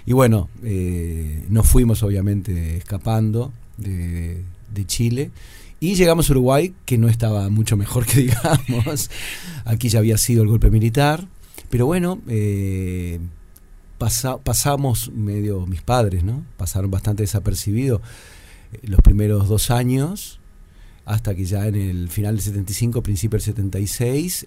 Y bueno, nos fuimos obviamente escapando de Chile y llegamos a Uruguay, que no estaba mucho mejor que digamos. Aquí ya había sido el golpe militar, pero bueno, pasamos medio, mis padres, ¿no? Pasaron bastante desapercibidos los primeros 2 años, hasta que ya en el final del 75, principio del 76,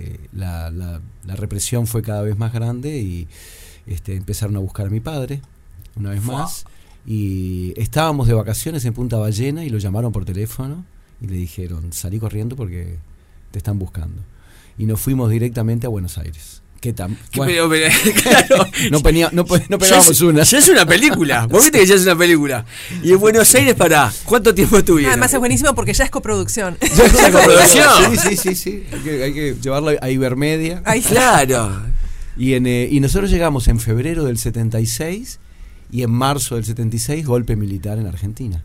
la represión fue cada vez más grande y empezaron a buscar a mi padre una vez más, y estábamos de vacaciones en Punta Ballena y lo llamaron por teléfono y le dijeron: salí corriendo porque te están buscando. Y nos fuimos directamente a Buenos Aires. Bueno, claro. No pegábamos una. Ya es una película. Vos viste que ya es una película. Y en Buenos Aires, ¿cuánto tiempo estuvieron? Además es buenísimo porque ya es coproducción. ¿Ya es coproducción? Sí. Hay que llevarlo a Ibermedia. Ay, claro. Y nosotros llegamos en febrero del 76 y en marzo del 76 golpe militar en Argentina.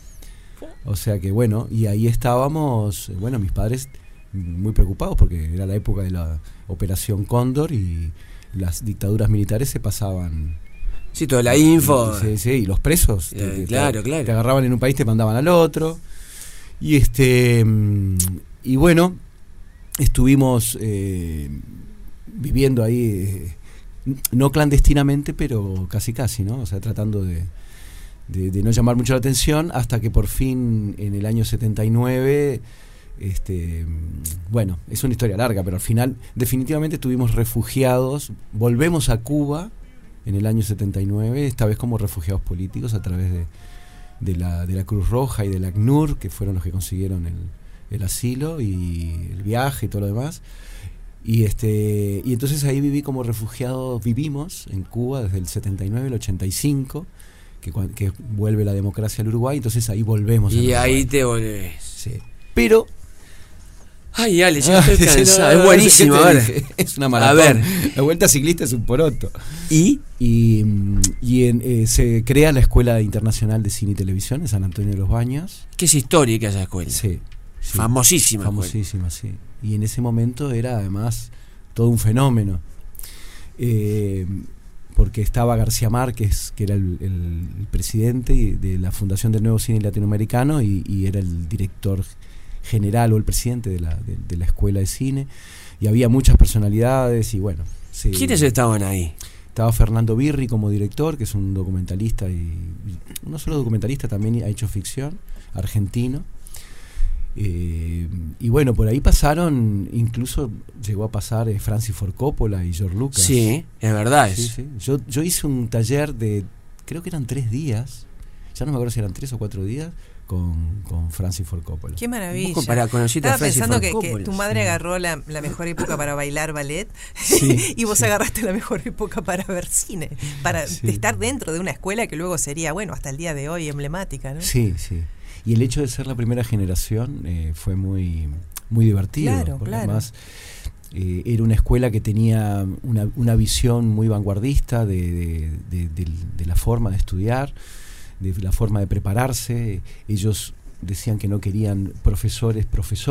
O sea que bueno, y ahí estábamos, bueno, mis padres muy preocupados porque era la época de la Operación Cóndor y las dictaduras militares se pasaban. Sí, toda la info. Sí, y los presos. Claro. Te agarraban en un país, te mandaban al otro. Y y bueno, estuvimos viviendo ahí, no clandestinamente, pero casi, ¿no? O sea, tratando de no llamar mucho la atención, hasta que por fin en el año 79, bueno, es una historia larga, pero al final definitivamente estuvimos refugiados, volvemos a Cuba en el año 79, esta vez como refugiados políticos a través de la Cruz Roja y del ACNUR, que fueron los que consiguieron el asilo y el viaje y todo lo demás. Y entonces ahí viví como refugiado, vivimos en Cuba desde el 79 al 85, que vuelve la democracia al Uruguay, entonces ahí volvemos. Y ahí te volvés. Sí. Pero... Ay, Ale, ya estoy cansado. Es buenísimo, a ver. Es una maratón. A ver. La Vuelta Ciclista es un poroto. ¿Y? Se crea la Escuela Internacional de Cine y Televisión en San Antonio de los Baños. Que es histórica esa escuela. Sí. Famosísima. Famosísima, sí. Y en ese momento era además todo un fenómeno. Porque estaba García Márquez, que era el presidente de la Fundación del Nuevo Cine Latinoamericano, y era el director general o el presidente de la Escuela de Cine, y había muchas personalidades y bueno. Sí, ¿quiénes estaban ahí? Estaba Fernando Birri como director, que es un documentalista y no solo documentalista, también ha hecho ficción, argentino. Y bueno, por ahí pasaron, incluso llegó a pasar Francis Ford Coppola y George Lucas. Sí, es verdad. Sí. Yo hice un taller de, creo que eran 3 días, ya no me acuerdo si eran 3 o 4 días, con Francis Ford Coppola. Qué maravilla. Estaba pensando que tu madre agarró la mejor época para bailar ballet y vos agarraste la mejor época para ver cine, para estar dentro de una escuela que luego sería, bueno, hasta el día de hoy emblemática, ¿no? Sí. Y el hecho de ser la primera generación fue muy, muy divertido. Porque además era una escuela que tenía una visión muy vanguardista de la forma de estudiar, de la forma de prepararse. Ellos decían que no querían profesores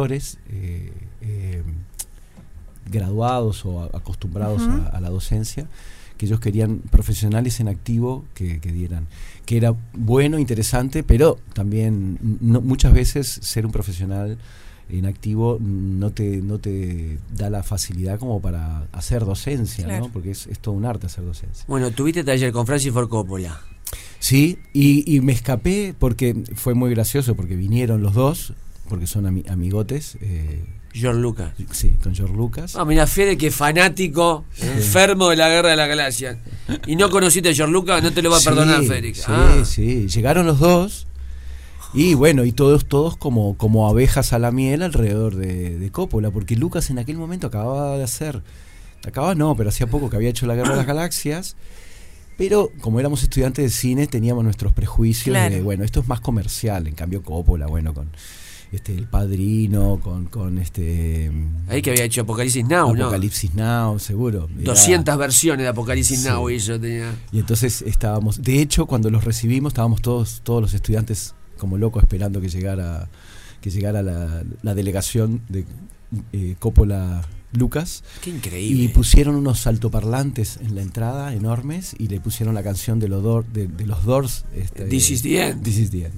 graduados o acostumbrados a la docencia, que ellos querían profesionales en activo que dieran, que era bueno, interesante, pero también muchas veces ser un profesional en activo no te da la facilidad como para hacer docencia, claro, ¿no? Porque es todo un arte hacer docencia. Bueno, tuviste taller con Francis Ford Coppola. Sí, y me escapé porque fue muy gracioso, porque vinieron los dos, porque son amigotes. George Lucas. Sí, con George Lucas. Mira, Fede, que fanático, enfermo de la Guerra de la Galaxia. Y no conociste a George Lucas, no te lo va a perdonar, Félix. Sí. Llegaron los dos. Y bueno, y todos como abejas a la miel alrededor de Coppola, porque Lucas en aquel momento pero hacía poco que había hecho la Guerra de las Galaxias. Pero como éramos estudiantes de cine, teníamos nuestros prejuicios de, bueno, esto es más comercial. En cambio Coppola, bueno, con El Padrino, con ahí que había hecho Apocalipsis Now, ¿no? Apocalipsis Now, seguro. 200 versiones de Apocalipsis Now y yo tenía. Y entonces estábamos, de hecho, cuando los recibimos, estábamos todos los estudiantes como locos esperando que llegara la delegación de Coppola Lucas. Qué increíble. Y pusieron unos altoparlantes en la entrada enormes y le pusieron la canción de los Doors. This is the end. This is the end.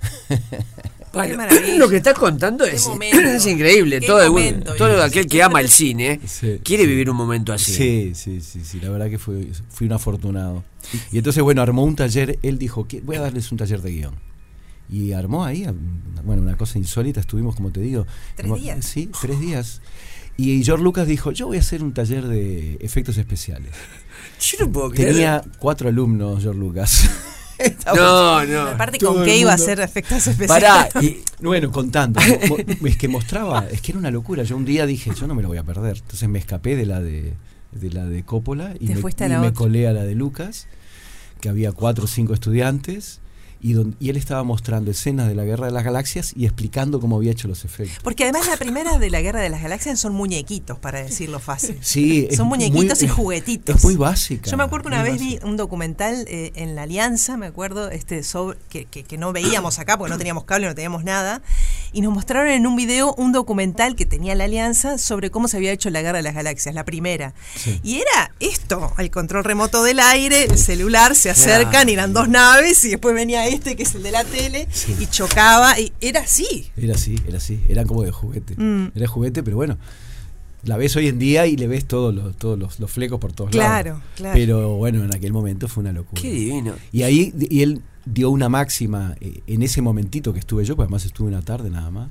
Bueno, lo que estás contando es increíble. Todo aquel que ama el cine quiere vivir un momento así. Sí. La verdad que fui un afortunado. Y entonces, bueno, armó un taller. Él dijo, voy a darles un taller de guión. Y armó ahí, bueno, una cosa insólita. Estuvimos, como te digo, 3 días. Sí, 3 días. Y George Lucas dijo, yo voy a hacer un taller de efectos especiales. Yo no puedo creer. Tenía 4 alumnos, George Lucas. No. Aparte, ¿con qué iba a hacer efectos especiales? Pará, y bueno, contando. Es que mostraba, es que era una locura. Yo un día dije, yo no me lo voy a perder. Entonces me escapé de la de Coppola y me colé a la de Lucas, que había 4 o 5 estudiantes. Y él estaba mostrando escenas de la Guerra de las Galaxias y explicando cómo había hecho los efectos. Porque además la primera de la Guerra de las Galaxias son muñequitos, para decirlo fácil. Sí, son muñequitos y juguetitos. Es muy básica. Yo me acuerdo una vez vi un documental en La Alianza, me acuerdo, sobre que no veíamos acá porque no teníamos cable, no teníamos nada, y nos mostraron en un video un documental que tenía La Alianza sobre cómo se había hecho la Guerra de las Galaxias, la primera. Sí. Y era esto, el control remoto del aire, el celular, se acercan, eran 2 naves y después venía que es el de la tele, y chocaba, y era así. Era así, eran como de juguete. Era juguete, pero bueno, la ves hoy en día y le ves todos los flecos por todos lados. Claro. Pero bueno, en aquel momento fue una locura. Qué divino. Y él dio una máxima en ese momentito que estuve yo, pues además estuve una tarde nada más,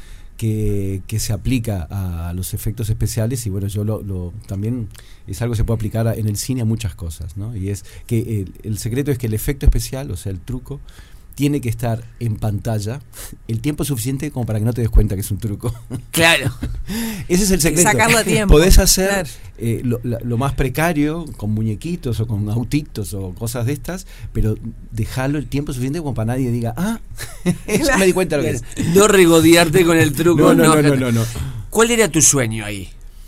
que se aplica a los efectos especiales. Y bueno, yo también es algo que se puede aplicar en el cine a muchas cosas, ¿no? Y es que el secreto es que el efecto especial, o sea, el truco, tiene que estar en pantalla el tiempo suficiente como para que no te des cuenta que es un truco. Claro. Ese es el secreto. Sacarlo a tiempo. Podés hacer lo más precario con muñequitos o con autitos o cosas de estas, pero dejarlo el tiempo suficiente como para nadie diga, eso me di cuenta de lo que es. No regodearte con el truco. No. ¿Cuál era tu sueño ahí?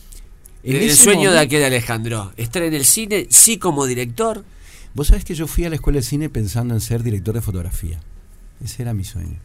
El sueño de aquel Alejandro. ¿Estar en el cine, sí, como director? Vos sabés que yo fui a la escuela de cine pensando en ser director de fotografía. Ese era mi sueño.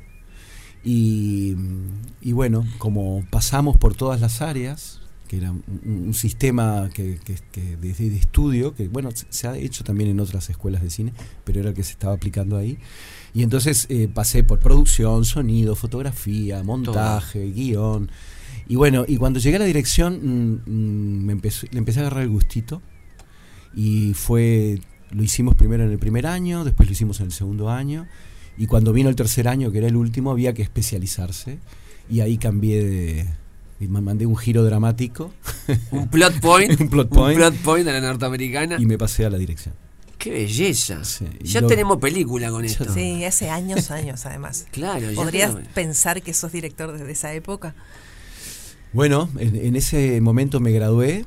Y bueno, como pasamos por todas las áreas, que era un sistema de estudio, que bueno, se ha hecho también en otras escuelas de cine, pero era el que se estaba aplicando ahí. Y entonces pasé por producción, sonido, fotografía, montaje, guión. Y bueno, y cuando llegué a la dirección le empecé a agarrar el gustito. Y lo hicimos primero en el primer año, después lo hicimos en el segundo año, y cuando vino el tercer año, que era el último, había que especializarse, y ahí me mandé un giro dramático. Un plot point. un plot point a la norteamericana. Y me pasé a la dirección. ¡Qué belleza! Sí, ya tenemos película con esto. Sí, hace años además. Claro. ¿Podrías pensar que sos director desde esa época? Bueno, en ese momento me gradué,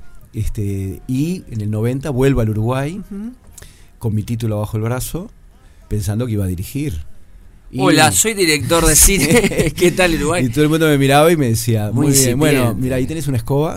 y en el 90 vuelvo al Uruguay, con mi título bajo el brazo, pensando que iba a dirigir. Hola, soy director de cine. ¿Qué tal, Uruguay? Y todo el mundo me miraba y me decía, muy bien, incipiente. Bueno, mira, ahí tenés una escoba.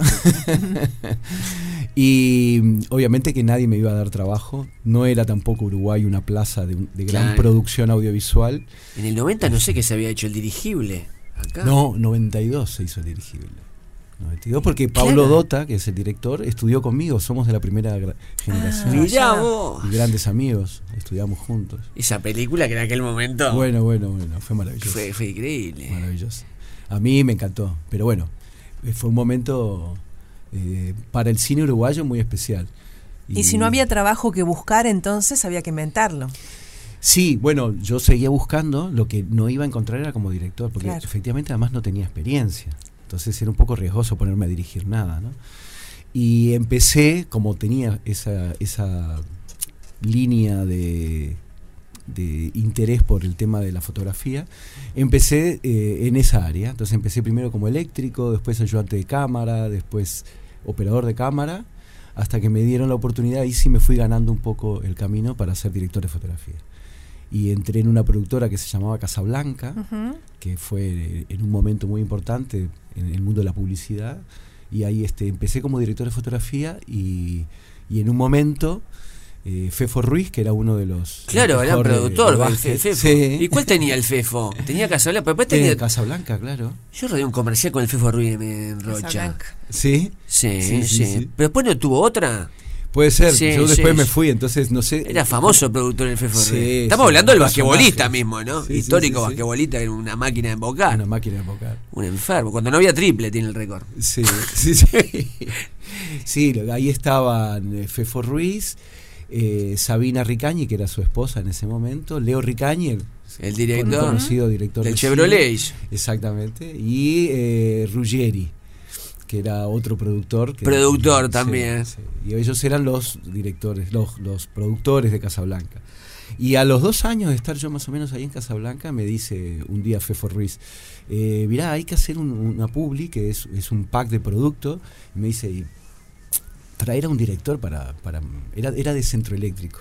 Y obviamente que nadie me iba a dar trabajo. No era tampoco Uruguay una plaza de gran producción audiovisual. En el 90 no sé qué se había hecho el dirigible. Acá. No, 92 se hizo el dirigible. 92, porque Pablo Dota, que es el director, estudió conmigo, somos de la primera generación. Mirá vos. Y grandes amigos, estudiamos juntos. Esa película que en aquel momento... Bueno, fue maravilloso. Fue increíble. Maravilloso. A mí me encantó, pero bueno, fue un momento para el cine uruguayo muy especial. Y si no había trabajo que buscar, entonces había que inventarlo. Sí, bueno, yo seguía buscando, lo que no iba a encontrar era como director, porque efectivamente además no tenía experiencia. Entonces era un poco riesgoso ponerme a dirigir nada, ¿no? Y empecé, como tenía esa línea de interés por el tema de la fotografía, empecé en esa área. Entonces empecé primero como eléctrico, después ayudante de cámara, después operador de cámara, hasta que me dieron la oportunidad y sí me fui ganando un poco el camino para ser director de fotografía. Y entré en una productora que se llamaba Casablanca, que fue en un momento muy importante en el mundo de la publicidad, y ahí empecé como director de fotografía y en un momento Fefo Ruiz, que era uno de los... Claro, era productor. Fefo. Sí. ¿Y cuál tenía el Fefo? Tenía Casablanca, pero después tenía... Casablanca, claro. Yo rodé un comercial con el Fefo Ruiz en Rocha. ¿Sí? Sí. Pero después no tuvo otra. Puede ser, Sí, yo después sí. me fui, entonces no sé. Era famoso productor el Fefo Sí, Ruiz. sí, Estamos hablando del personaje. basquetbolista mismo, ¿no? Sí, Histórico sí. basquetbolista, que era una máquina de embocar. Una máquina de bocar. Un enfermo. Cuando no había triple tiene el récord. Sí. Sí, ahí estaban Fefo Ruiz, Sabina Ricañi, que era su esposa en ese momento, Leo Ricañi, El director conocido director del de Chevrolet. cine. Exactamente. Y Ruggeri, que era otro productor. Productor también. Sí. Y ellos eran los directores, los productores de Casablanca. Y a los 2 años de estar yo más o menos ahí en Casablanca, me dice un día Fefo Ruiz, mirá, hay que hacer una publi, que es un pack de producto. Y me dice, traer a un director era de Centro Eléctrico.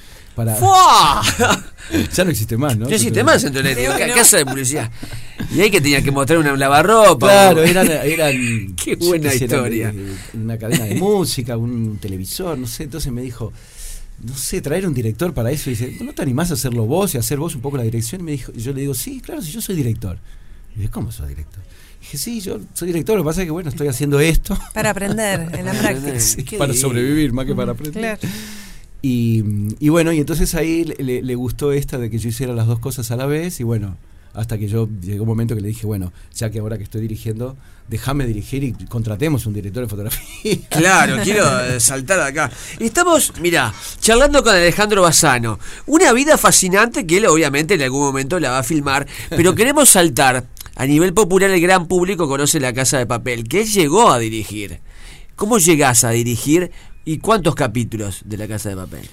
Ya no existe más, ¿no? No existe más Centro Eléctrico, casa de publicidad. Y ahí que tenía que mostrar una lavarropa. Claro, eran qué buena historia. Una cadena de música, un televisor, no sé. Entonces me dijo, no sé, traer un director para eso. Y dice, ¿no te animás a hacerlo vos y hacer vos un poco la dirección? Y yo le digo, sí, claro, si yo soy director. Y dice, ¿cómo sos director? Y dije, sí, yo soy director, lo que pasa es que bueno, estoy haciendo esto. Para aprender, en la práctica. Sí, para sobrevivir, más que para aprender. Claro. Y bueno, y entonces ahí le gustó esta de que yo hiciera las dos cosas a la vez. Y bueno, hasta que llegó un momento que le dije, bueno, ya que ahora que estoy dirigiendo, déjame dirigir y contratemos un director de fotografía. Claro, quiero saltar acá. Estamos, mirá, charlando con Alejandro Bassano. Una vida fascinante que él obviamente en algún momento la va a filmar, pero queremos saltar. A nivel popular el gran público conoce La Casa de Papel, que él llegó a dirigir. ¿Cómo llegás a dirigir y cuántos capítulos de La Casa de Papel?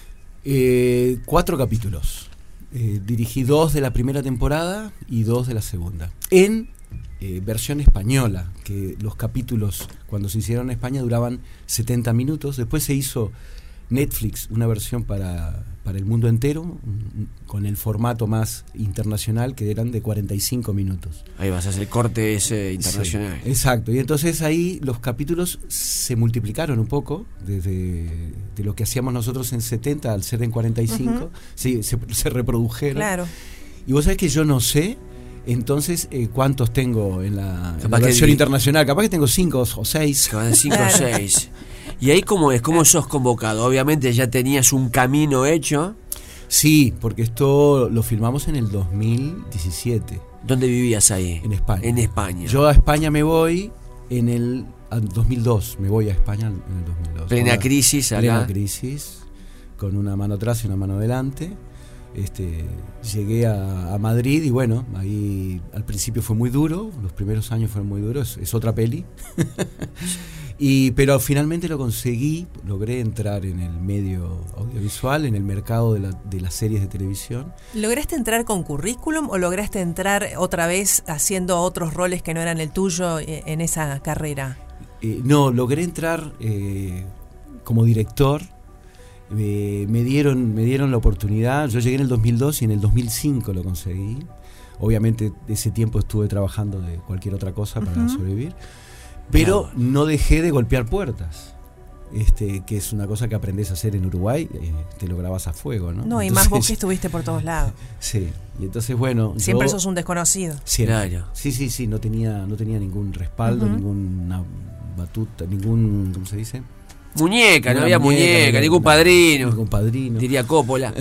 4 capítulos. Dirigí 2 de la primera temporada y 2 de la segunda. En versión española, que los capítulos cuando se hicieron en España duraban 70 minutos. Después se hizo Netflix, una versión para el mundo entero, con el formato más internacional, que eran de 45 minutos. Ahí vas a hacer corte ese internacional. Sí, exacto, y entonces ahí los capítulos se multiplicaron un poco, de lo que hacíamos nosotros en 70 al ser en 45, sí, se reprodujeron. Claro. Y vos sabés que yo no sé, entonces, ¿cuántos tengo en la versión internacional? Capaz que tengo 5 o 6. 5 o 6. ¿Y ahí cómo es? ¿Cómo sos convocado? Obviamente ya tenías un camino hecho. Sí, porque esto lo filmamos en el 2017. ¿Dónde vivías ahí? En España. En España. Yo a España me voy en el 2002. Me voy a España en el 2002. Plena crisis acá. Plena crisis, con una mano atrás y una mano adelante. Llegué a Madrid y bueno, ahí al principio fue muy duro, los primeros años fueron muy duros, es otra peli. Pero finalmente lo conseguí, logré entrar en el medio audiovisual, en el mercado de las series de televisión. ¿Lograste entrar con currículum o lograste entrar otra vez haciendo otros roles que no eran el tuyo en esa carrera? No, logré entrar como director. Me dieron la oportunidad. Yo llegué en el 2002 y en el 2005 lo conseguí. Obviamente ese tiempo estuve trabajando de cualquier otra cosa para sobrevivir, pero no dejé de golpear puertas, que es una cosa que aprendés a hacer en Uruguay. Te lo grabas a fuego, ¿no? No, y entonces, más vos que estuviste por todos lados. Sí, y entonces bueno, siempre sos un desconocido. Claro. Sí, no tenía ningún respaldo, ninguna batuta, ¿cómo se dice? Muñeca, no había muñeca, ningún padrino. Ningún padrino. Diría Coppola.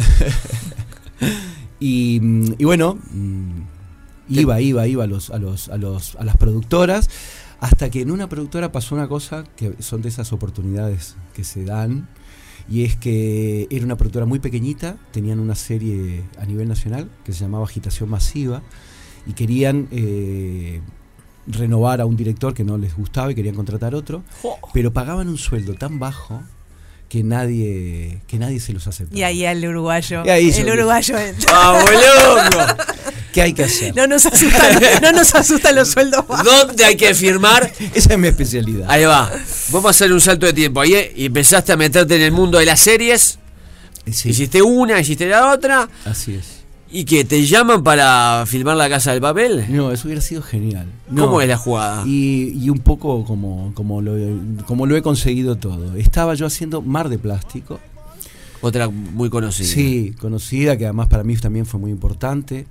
y bueno, iba a las productoras, hasta que en una productora pasó una cosa que son de esas oportunidades que se dan, y es que era una productora muy pequeñita, tenían una serie a nivel nacional que se llamaba Agitación Masiva, y querían renovar a un director que no les gustaba y querían contratar otro, pero pagaban un sueldo tan bajo que nadie se los aceptaba. Y ahí el uruguayo. El uruguayo. ¡Vamos, loco! ¿Qué hay que hacer? No nos asustan los sueldos bajos. ¿Dónde hay que firmar? Esa es mi especialidad. Ahí va. Vamos a hacer un salto de tiempo. Ahí y empezaste a meterte en el mundo de las series. Sí. Hiciste una, hiciste la otra. Así es. ¿Y qué? ¿Te llaman para filmar La Casa del Papel? No, eso hubiera sido genial. ¿Cómo es la jugada? Y un poco como lo he conseguido todo. Estaba yo haciendo Mar de Plástico, otra muy conocida. Sí, conocida, que además para mí también fue muy importante,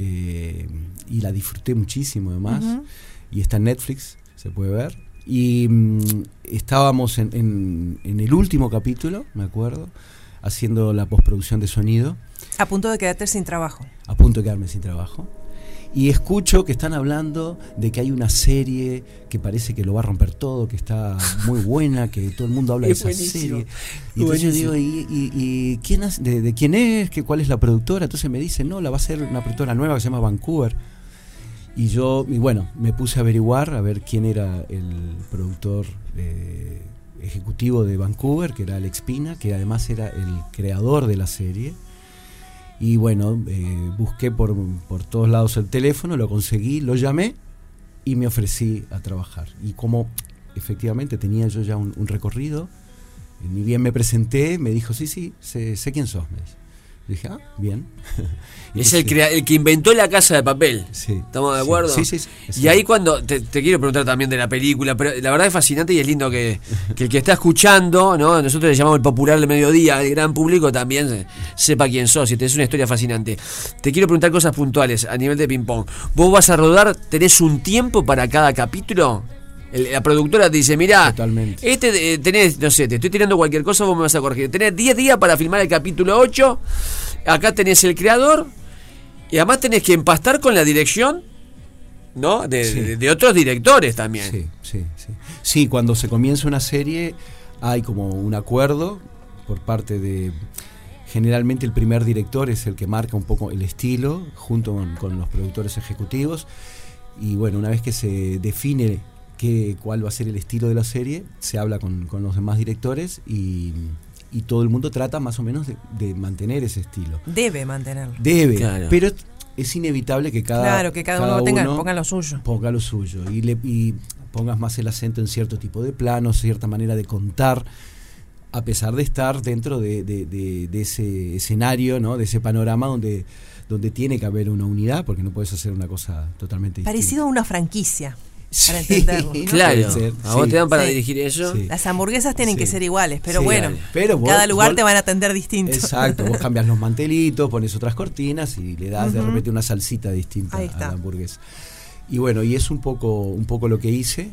y la disfruté muchísimo además, y está en Netflix, se puede ver. Y estábamos en el último capítulo, me acuerdo, haciendo la postproducción de sonido. A punto de quedarte sin trabajo. A punto de quedarme sin trabajo. Y escucho que están hablando de que hay una serie que parece que lo va a romper todo, que está muy buena, que todo el mundo habla de esa serie. Y entonces yo digo, ¿y quién de quién es? ¿Cuál es la productora? Entonces me dicen, no, la va a ser una productora nueva que se llama Vancouver. Y bueno, me puse a averiguar, a ver quién era el productor ejecutivo de Vancouver, que era Alex Pina, que además era el creador de la serie. Y bueno, busqué por todos lados el teléfono, lo conseguí, lo llamé y me ofrecí a trabajar. Y como efectivamente tenía yo ya un recorrido, ni bien me presenté, me dijo, sí, sé quién sos, me dice. Dije, bien. Es el que inventó La Casa de Papel. Sí. ¿Estamos de acuerdo? Sí. Y ahí cuando te quiero preguntar también de la película, pero la verdad es fascinante y es lindo que el que está escuchando, ¿no? Nosotros le llamamos el popular del mediodía, el gran público también sepa quién sos y es una historia fascinante. Te quiero preguntar cosas puntuales a nivel de ping-pong. ¿Vos vas a rodar, tenés un tiempo para cada capítulo? La productora te dice, mirá, tenés, no sé, te estoy tirando cualquier cosa, vos me vas a corregir. Tenés 10 días para filmar el capítulo 8, acá tenés el creador, y además tenés que empastar con la dirección, ¿no? De otros directores también. Sí, cuando se comienza una serie hay como un acuerdo por parte de... Generalmente el primer director es el que marca un poco el estilo, junto con los productores ejecutivos, y bueno, una vez que se define cuál va a ser el estilo de la serie, se habla con los demás directores y todo el mundo trata más o menos de mantener ese estilo. Debe mantenerlo. Claro. Pero es inevitable que cada uno ponga lo suyo. Ponga lo suyo y pongas más el acento en cierto tipo de planos, cierta manera de contar, a pesar de estar dentro de ese escenario, ¿no? De ese panorama donde tiene que haber una unidad, porque no puedes hacer una cosa totalmente distinta. Parecido a una franquicia. Para entenderlo, ¿no? Claro, a vos te dan para dirigir eso. Las hamburguesas tienen que ser iguales, pero pero cada lugar te van a atender distinto. Exacto, vos cambias los mantelitos, pones otras cortinas y le das de repente una salsita distinta a la hamburguesa. Y bueno, y es un poco lo que hice,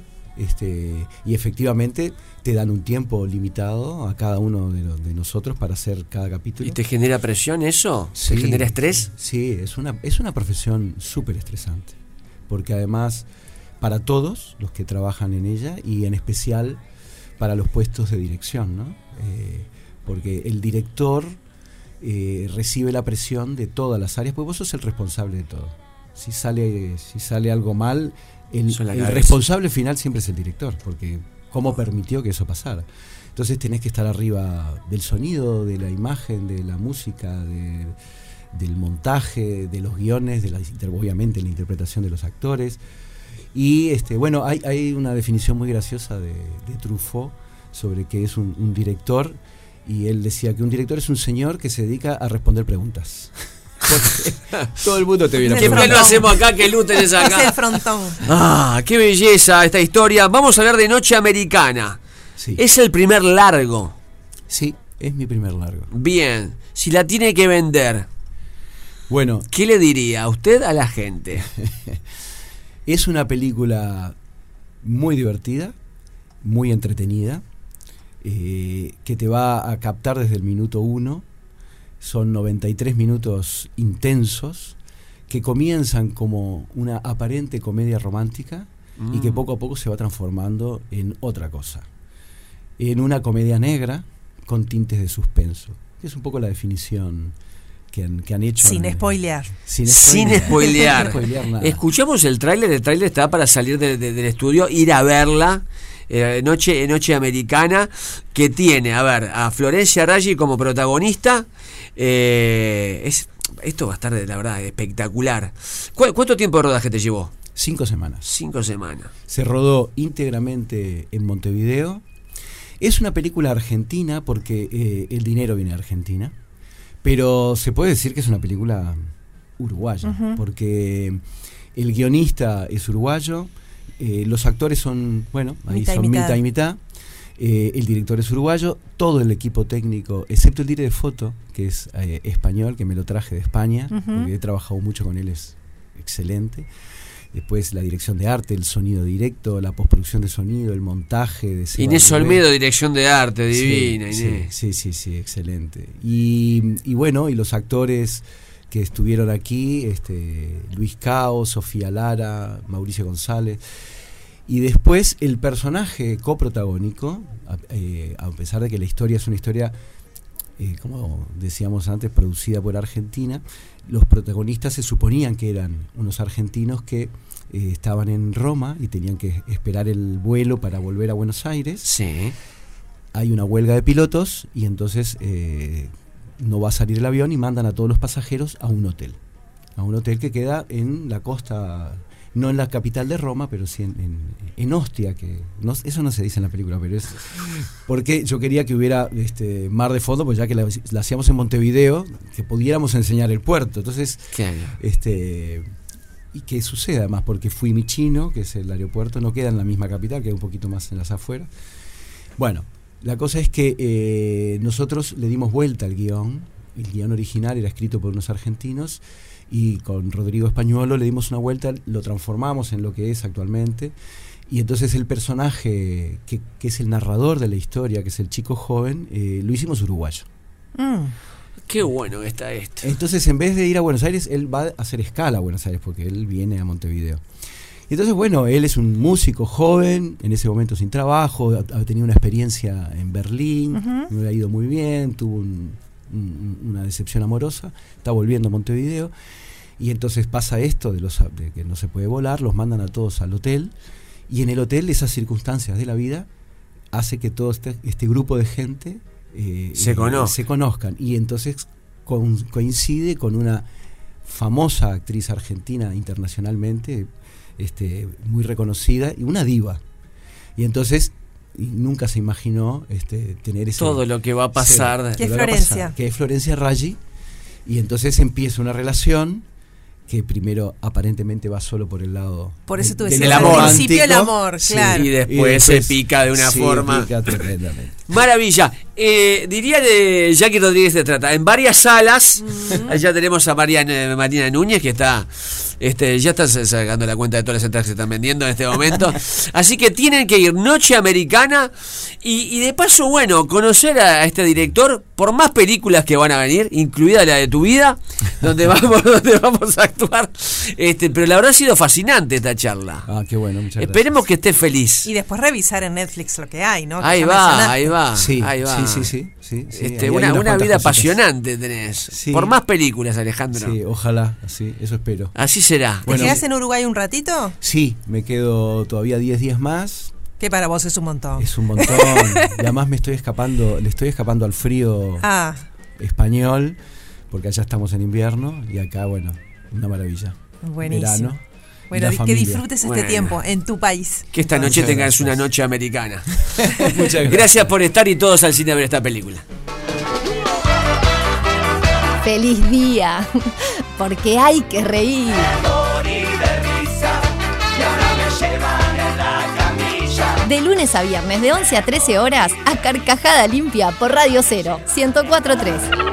y efectivamente te dan un tiempo limitado a cada uno de nosotros para hacer cada capítulo. ¿Y te genera presión eso? Sí, ¿Te genera estrés? Sí, es una profesión súper estresante, porque además para todos los que trabajan en ella y en especial para los puestos de dirección, ¿no? Porque el director recibe la presión de todas las áreas, pues vos sos el responsable de todo. Si sale algo mal, el responsable final siempre es el director, porque ¿cómo permitió que eso pasara? Entonces tenés que estar arriba del sonido, de la imagen, de la música, del montaje, de los guiones, obviamente la interpretación de los actores. Y bueno, hay una definición muy graciosa de Truffaut sobre qué es un director, y él decía que un director es un señor que se dedica a responder preguntas. Porque todo el mundo te viene a preguntar. Siempre lo hacemos acá, que Lu tenés acá. Es el frontón. Qué belleza esta historia. Vamos a hablar de Noche Americana. Sí. Es el primer largo. Sí, es mi primer largo. Bien, si la tiene que vender, bueno, ¿qué le diría a usted a la gente? Es una película muy divertida, muy entretenida, que te va a captar desde el minuto 1. Son 93 minutos intensos que comienzan como una aparente comedia romántica y que poco a poco se va transformando en otra cosa. En una comedia negra con tintes de suspenso, que es un poco la definición que han hecho. Sin spoilear. Sin spoilear. Escuchamos el tráiler está para salir del estudio, ir a verla. Noche Americana, que tiene, a Florencia Raggi como protagonista. Esto va a estar, la verdad, espectacular. ¿Cuánto tiempo de rodaje te llevó? 5 semanas. 5 semanas. Se rodó íntegramente en Montevideo. Es una película argentina porque el dinero viene de Argentina, pero se puede decir que es una película uruguaya, porque el guionista es uruguayo, los actores son, bueno, ahí mitad y mitad. El director es uruguayo, todo el equipo técnico, excepto el director de foto, que es español, que me lo traje de España, porque he trabajado mucho con él, es excelente. Después la dirección de arte, el sonido directo, la postproducción de sonido, el montaje de Inés Olmedo, dirección de arte, divina, sí, Inés. Sí, excelente. Y bueno, y los actores que estuvieron aquí, Luis Cao, Sofía Lara, Mauricio González. Y después el personaje coprotagónico, a pesar de que la historia es una historia, como decíamos antes, producida por Argentina, los protagonistas se suponían que eran unos argentinos que estaban en Roma y tenían que esperar el vuelo para volver a Buenos Aires. Sí. Hay una huelga de pilotos y entonces no va a salir el avión y mandan a todos los pasajeros a un hotel que queda en la costa, no en la capital de Roma, pero sí en Ostia, que no, eso no se dice en la película, pero es porque yo quería que hubiera mar de fondo, pues ya que la hacíamos en Montevideo, que pudiéramos enseñar el puerto. Entonces, claro. Y que suceda además, porque Fiumicino, que es el aeropuerto, no queda en la misma capital, queda un poquito más en las afueras. Bueno, la cosa es que nosotros le dimos vuelta al guión. El guión original era escrito por unos argentinos y con Rodrigo Españuolo le dimos una vuelta, lo transformamos en lo que es actualmente, y entonces el personaje que es el narrador de la historia, que es el chico joven, lo hicimos uruguayo. Qué bueno que está esto. Entonces, en vez de ir a Buenos Aires, él va a hacer escala a Buenos Aires, porque él viene a Montevideo. Y entonces, bueno, él es un músico joven, en ese momento sin trabajo, ha tenido una experiencia en Berlín, me le ha ido muy bien, tuvo una decepción amorosa, está volviendo a Montevideo, y entonces pasa esto de que no se puede volar, los mandan a todos al hotel, y en el hotel esas circunstancias de la vida hace que todo este grupo de gente se conozcan, y entonces coincide con una famosa actriz argentina internacionalmente, muy reconocida y una diva, y entonces nunca se imaginó tener ese, todo lo que va a pasar, que es Florencia Raggi, y entonces empieza una relación que primero aparentemente va solo por el lado por eso tú del decías amor, al principio el amor, claro, y después se pica de una forma tremendamente. Maravilla. Diría de Jackie Rodríguez se trata en varias salas. Allá tenemos a Marina Núñez, que está ya está sacando la cuenta de todas las entradas que se están vendiendo en este momento. Así que tienen que ir, Noche Americana, y de paso, bueno, conocer a este director por más películas que van a venir, incluida la de tu vida, donde vamos a actuar. Pero la verdad ha sido fascinante esta charla. Qué bueno, muchas gracias. Esperemos que esté feliz. Y después revisar en Netflix lo que hay, ¿no? Ahí va. Sí. Una vida apasionante tenés. Sí. Por más películas, Alejandro. Sí, ojalá, así, eso espero. Así será. ¿Te quedás en Uruguay un ratito? Sí, me quedo todavía 10 días más. Que para vos es un montón. Es un montón. Y además le estoy escapando al frío español, porque allá estamos en invierno y acá, bueno, una maravilla. Buenísimo. Verano. Bueno, que disfrutes este tiempo en tu país. Que esta noche tengas una noche americana. Muchas gracias por estar, y todos al cine a ver esta película. ¡Feliz día! Porque hay que reír. De lunes a viernes de 11 a 13 horas, a Carcajada Limpia por Radio 0, 104.3.